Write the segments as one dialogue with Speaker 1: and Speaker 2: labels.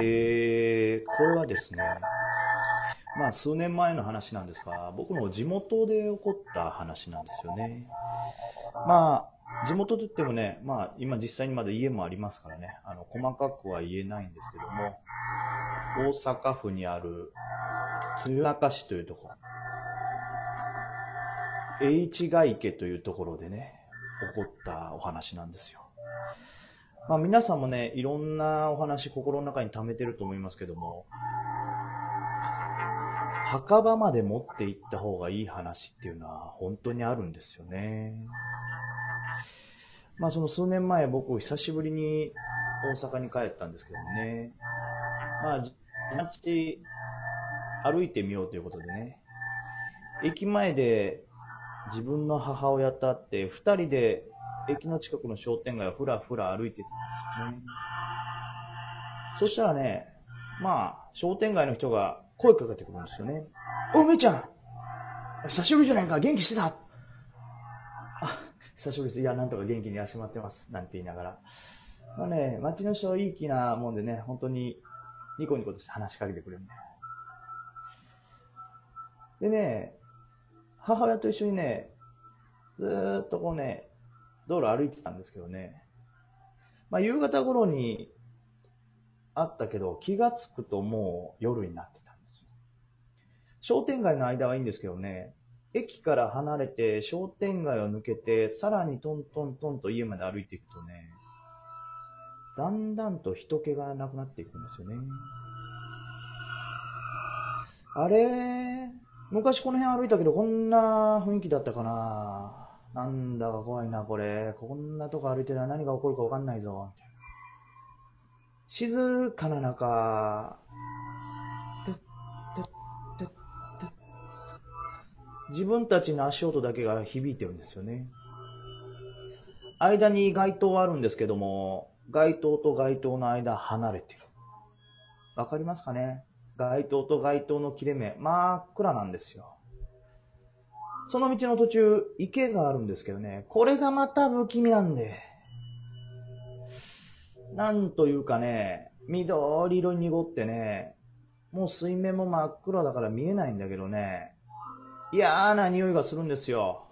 Speaker 1: これはですね、まあ数年前の話なんですが、僕の地元で起こった話なんですよね。まあ、地元といってもね、まあ今実際にまだ家もありますからね、細かくは言えないんですけども、大阪府にある豊中市というところ、H ヶ池というところでね、起こったお話なんですよ。まあ皆さんもね、いろんなお話心の中に溜めてると思いますけども、墓場まで持って行った方がいい話っていうのは本当にあるんですよね。まあその数年前僕久しぶりに大阪に帰ったんですけどもね。まあ街歩いてみようということでね。駅前で自分の母親と会って二人で駅の近くの商店街をふらふら歩いてたんですよね。そしたらね、まあ商店街の人が声かけてくるんですよね。おめいちゃん久しぶりじゃないか元気してたあ、久しぶりです。いや、なんとか元気に足回ってます。なんて言いながら。まあね、街の人いい気なもんでね、本当にニコニコとして話しかけてくれるんだよ。でね、母親と一緒にね、ずーっとこうね、道路歩いてたんですけどね、まあ夕方頃にあったけど、気がつくともう夜になってたんですよ。商店街の間はいいんですけどね、駅から離れて商店街を抜けて、さらにトントントンと家まで歩いていくとね、だんだんと人気がなくなっていくんですよね。あれ、昔この辺歩いたけどこんな雰囲気だったかな。なんだか怖いなこれ。こんなとこ歩いてたら何が起こるかわかんないぞ。静かな中、てってってって自分たちの足音だけが響いてるんですよね。間に街灯はあるんですけども、街灯と街灯の間離れてる。わかりますかね？街灯と街灯の切れ目、真っ暗なんですよ。その道の途中、池があるんですけどね、これがまた不気味なんで。なんというかね、緑色に濁ってね、もう水面も真っ暗だから見えないんだけどね、嫌な匂いがするんですよ。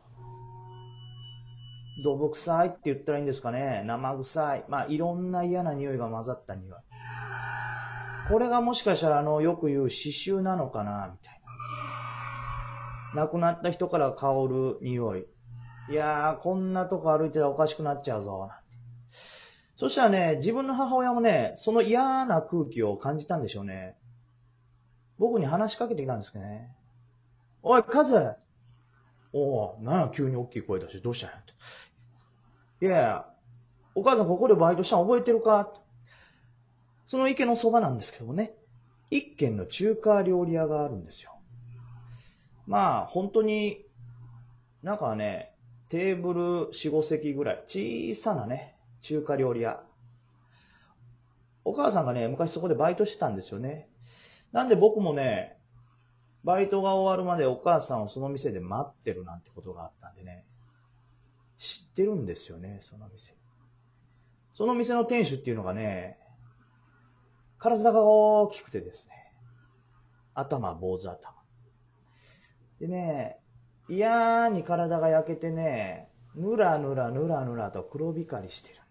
Speaker 1: どぶ臭いって言ったらいいんですかね、生臭い。まあいろんな嫌な匂いが混ざった匂い。これがもしかしたらよく言う刺繍なのかな、みたいな。亡くなった人から香る匂い。いやー、こんなとこ歩いてたらおかしくなっちゃうぞ。そしたらね、自分の母親もね、その嫌な空気を感じたんでしょうね。僕に話しかけてきたんですけどね。おい、カズ。おう、なんや急に大きい声出してどうしたんやって。いやいや、お母さんここでバイトしたの覚えてるか？その池のそばなんですけどもね、一軒の中華料理屋があるんですよ。まあ、本当に、なんかね、テーブル4、5席ぐらい、小さなね、中華料理屋。お母さんがね、昔そこでバイトしてたんですよね。なんで僕もね、バイトが終わるまでお母さんをその店で待ってるなんてことがあったんでね、知ってるんですよね、その店。その店の店主っていうのがね、体が大きくてですね、頭坊主頭。でね、嫌に体が焼けてね、ぬらぬらぬらぬらと黒光りしてるん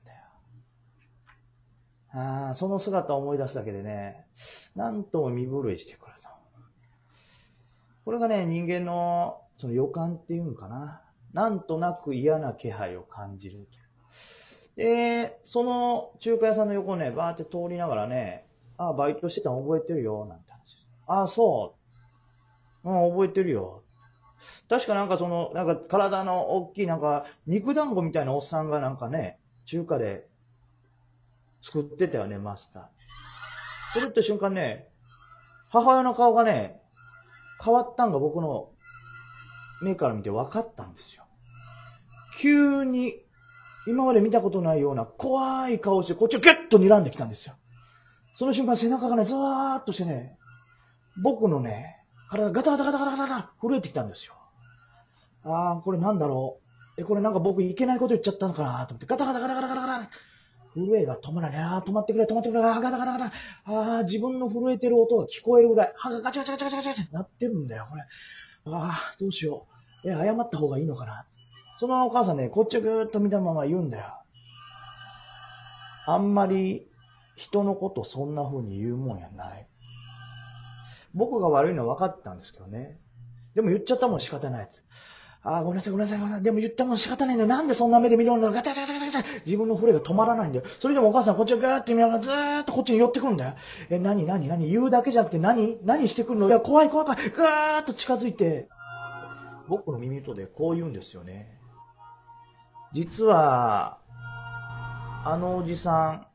Speaker 1: だよ。その姿を思い出すだけでね、なんとも身震いしてくると。これがね、人間のその予感っていうんかな。なんとなく嫌な気配を感じる。で、その中華屋さんの横をね、バーって通りながらね、バイトしてたの覚えてるよ、なんて話。そう。覚えてるよ。確かなんかなんか体の大きいなんか肉団子みたいなおっさんがなんかね、中華で作ってたよね、マスター。それって瞬間ね、母親の顔がね、変わったんが僕の目から見て分かったんですよ。急に今まで見たことないような怖い顔してこっちをギュッと睨んできたんですよ。その瞬間背中がね、ザーッとしてね、僕のね、体がガタガタガタガタガタ震えてきたんですよ。これなんだろう。これなんか僕いけないこと言っちゃったのかなと思って、ガタガタガタガタガタガタ。 震えが止まらない。止まってくれ、止まってくれ。ガタガタガタ。自分の震えてる音が聞こえるぐらい。歯がガチャガチャガチャガチャガチャってなってるんだよ、これ。どうしよう。謝った方がいいのかな。そのお母さんね、こっちをぐーっと見たまま言うんだよ。あんまり人のことそんな風に言うもんやない。僕が悪いのは分かってたんですけどね。でも言っちゃったもん仕方ないです。ごめんなさい、ごめんなさい、ごめんなさい。でも言ったもん仕方ないんだよ。なんでそんな目で見るんだろう。ガチャガチャガチャガチャ。自分の震えが止まらないんだよ。それでもお母さんこっちをガーって見ながらずーっとこっちに寄ってくるんだよ。何言うだけじゃなくて何してくるの。いや、怖い。ガーッと近づいて、僕の耳元でこう言うんですよね。実は、あのおじさん、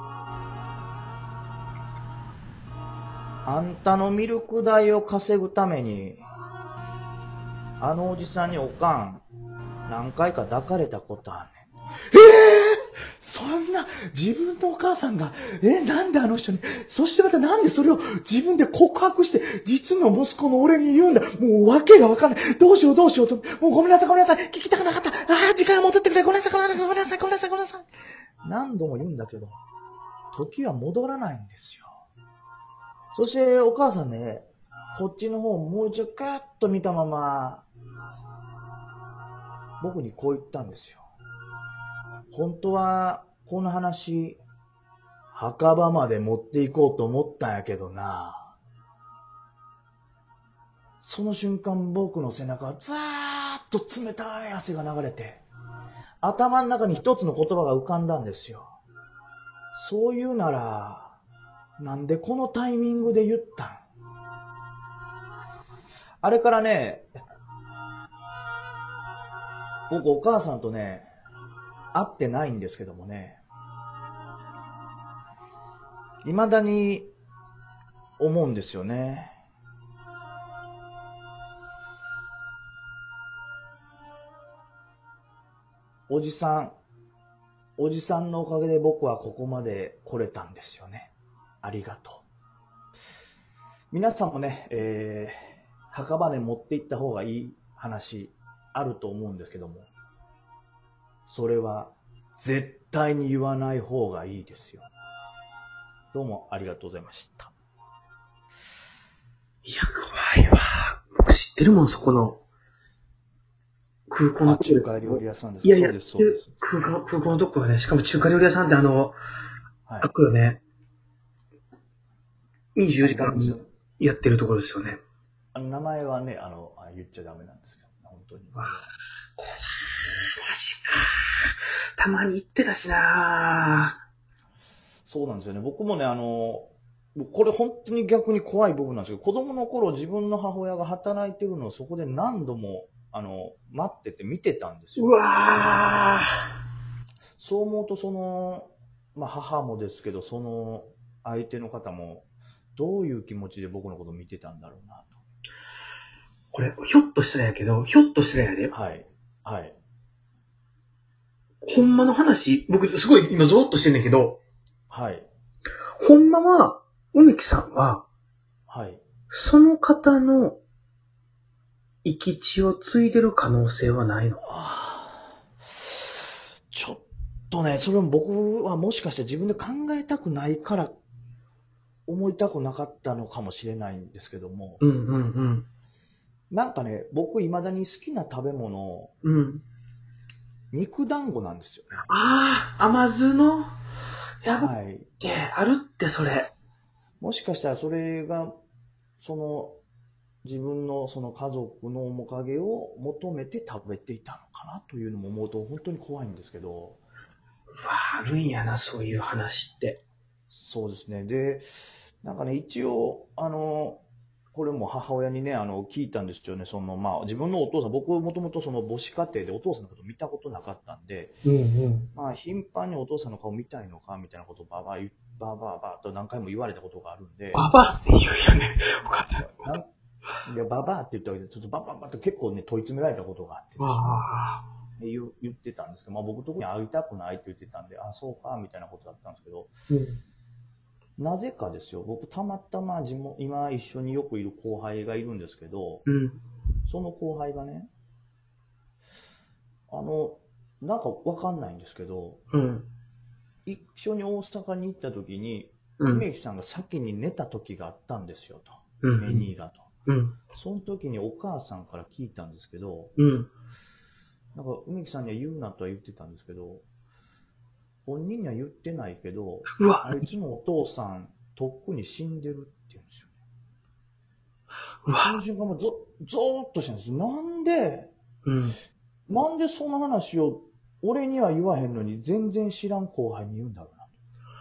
Speaker 1: あんたのミルク代を稼ぐために、あのおじさんにおかん、何回か抱かれたことあんねん。そんな、自分のお母さんが、なんであの人に、そしてまたなんでそれを自分で告白して、実の息子の俺に言うんだ。もう訳がわかんない。どうしようと。もうごめんなさい。聞きたくなかった。時間戻ってくれ。ごめんなさい。何度も言うんだけど、時は戻らないんですよ。そしてお母さんね、こっちの方をもう一度ガーッと見たまま、僕にこう言ったんですよ。本当は、この話、墓場まで持っていこうと思ったんやけどな。その瞬間僕の背中はザーッと冷たい汗が流れて、頭の中に一つの言葉が浮かんだんですよ。そう言うなら、なんでこのタイミングで言ったん？あれからね、僕お母さんとね、会ってないんですけどもね、未だに思うんですよね。おじさんのおかげで僕はここまで来れたんですよね。ありがとう。皆さんもね、墓場に持って行った方がいい話あると思うんですけども、それは絶対に言わない方がいいですよ。どうもありがとうございました。
Speaker 2: いや、怖いわ。僕知ってるもん、そこの。空港のとこ
Speaker 1: 中華料理屋さんですか？
Speaker 2: いやいや、
Speaker 1: そうです。
Speaker 2: 空港のとこはね、しかも中華料理屋さんって
Speaker 1: はい、
Speaker 2: 開くよね。24時間やってるところですよね。
Speaker 1: 名前はね、言っちゃダメなんですけど、本当に。
Speaker 2: マジか。たまに行ってたしな。
Speaker 1: そうなんですよね。僕もね、これ本当に逆に怖い部分なんですけど、子供の頃自分の母親が働いてるのをそこで何度も、待ってて見てたんですよ。
Speaker 2: うわ
Speaker 1: そう思うと、母もですけど、その相手の方も、どういう気持ちで僕のことを見てたんだろうなと。
Speaker 2: これ、ひょっとしたらやで。
Speaker 1: はい。はい。
Speaker 2: ほんまの話、僕すごい今ゾワッとしてんねんけど、
Speaker 1: はい。
Speaker 2: ほんまは、梅木さんは、
Speaker 1: はい。
Speaker 2: その方の生き血を継いでる可能性はないの？
Speaker 1: ちょっとね、それも僕はもしかして自分で考えたくないから思いたくなかったのかもしれないんですけども、なんかね、僕未だに好きな食べ物、肉団子なんですよね。
Speaker 2: 甘酢の
Speaker 1: はい。
Speaker 2: あるってそれ。
Speaker 1: もしかしたらそれが、自分のその家族の面影を求めて食べていたのかなというのも思うと本当に怖いんですけど。
Speaker 2: あるんやな、そういう話って。
Speaker 1: そうですね。で、なんかね、一応、これも母親にね、聞いたんですよね。自分のお父さん、僕もともとその母子家庭でお父さんのこと見たことなかったんで、頻繁にお父さんの顔見たいのかみたいなことをバーと何回も言われたことがあるんで。
Speaker 2: ババって言うよね。分かった。
Speaker 1: いや、ババアって言ったわけで、ちょっとバババって結構ね、問い詰められたことがあってですね。言ってたんですけど、僕特に会いたくないって言ってたんで、そうか、みたいなことだったんですけど、なぜかですよ、僕たまたま今一緒によくいる後輩がいるんですけど、その後輩がね、なんかわかんないんですけど、 一緒に大阪に行った時に、梅木さんが先に寝た時があったんですよと。メニーがと。その時にお母さんから聞いたんですけど、なんか梅木さんには言うなとは言ってたんですけど、本人には言ってないけど、あいつのお父さん、とっくに死んでるって言うんですよね。その瞬間もゾーッとしたんです。なんでその話を俺には言わへんのに全然知らん後輩に言うんだろうな。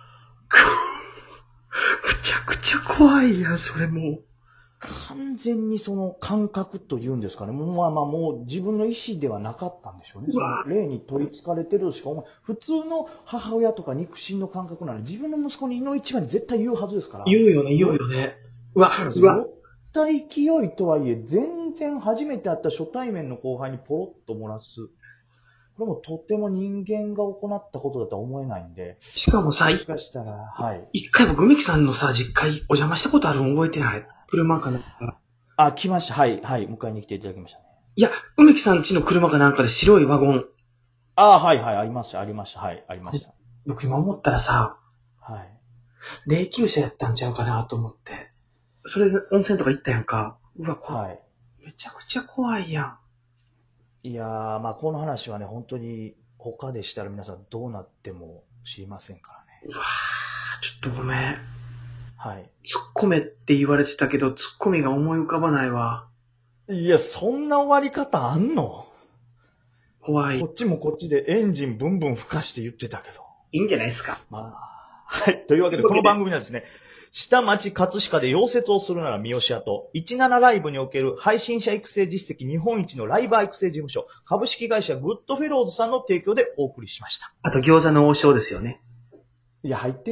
Speaker 2: むちゃくちゃ怖いやん、それもう。
Speaker 1: 完全にその感覚というんですかね。もう自分の意思ではなかったんでしょうね。その霊に取り憑かれてるとしか思えない。普通の母親とか肉親の感覚なら自分の息子にの一番に絶対言うはずですから。
Speaker 2: 言うよね。酔
Speaker 1: った勢いとはいえ、全然初めて会った初対面の後輩にポロッと漏らす。これもとても人間が行ったことだとは思えないんで。
Speaker 2: しかもさ、
Speaker 1: もしかしたら、はい。
Speaker 2: 一回僕、梅木さんのさ、実家お邪魔したことあるの覚えてない？車かなんか。
Speaker 1: 来ました。はい、迎えに来ていただきましたね。
Speaker 2: いや、梅木さん家の車かなんかで白いワゴン。
Speaker 1: はい、ありました。はい、ありました。
Speaker 2: 僕今思ったらさ、
Speaker 1: はい。
Speaker 2: 霊柩車やったんちゃうかなと思って。それで温泉とか行ったやんか。
Speaker 1: はい。
Speaker 2: めちゃくちゃ怖いやん。
Speaker 1: いやー、この話はね、本当に他でしたら皆さんどうなっても知りませんからね。
Speaker 2: ちょっとごめん。
Speaker 1: はい。
Speaker 2: 突っ込めって言われてたけど、突っ込みが思い浮かばないわ。
Speaker 1: いや、そんな終わり方あんの？
Speaker 2: 怖い。
Speaker 1: こっちもこっちでエンジンブンブン吹かして言ってたけど。
Speaker 2: いいんじゃないですか。
Speaker 1: はい。というわけで、この番組はですね、下町葛飾で溶接をするなら三好屋と、17ライブにおける配信者育成実績日本一のライバー育成事務所、株式会社グッドフェローズさんの提供でお送りしました。
Speaker 2: あと餃子の王将ですよね。
Speaker 1: いや、入って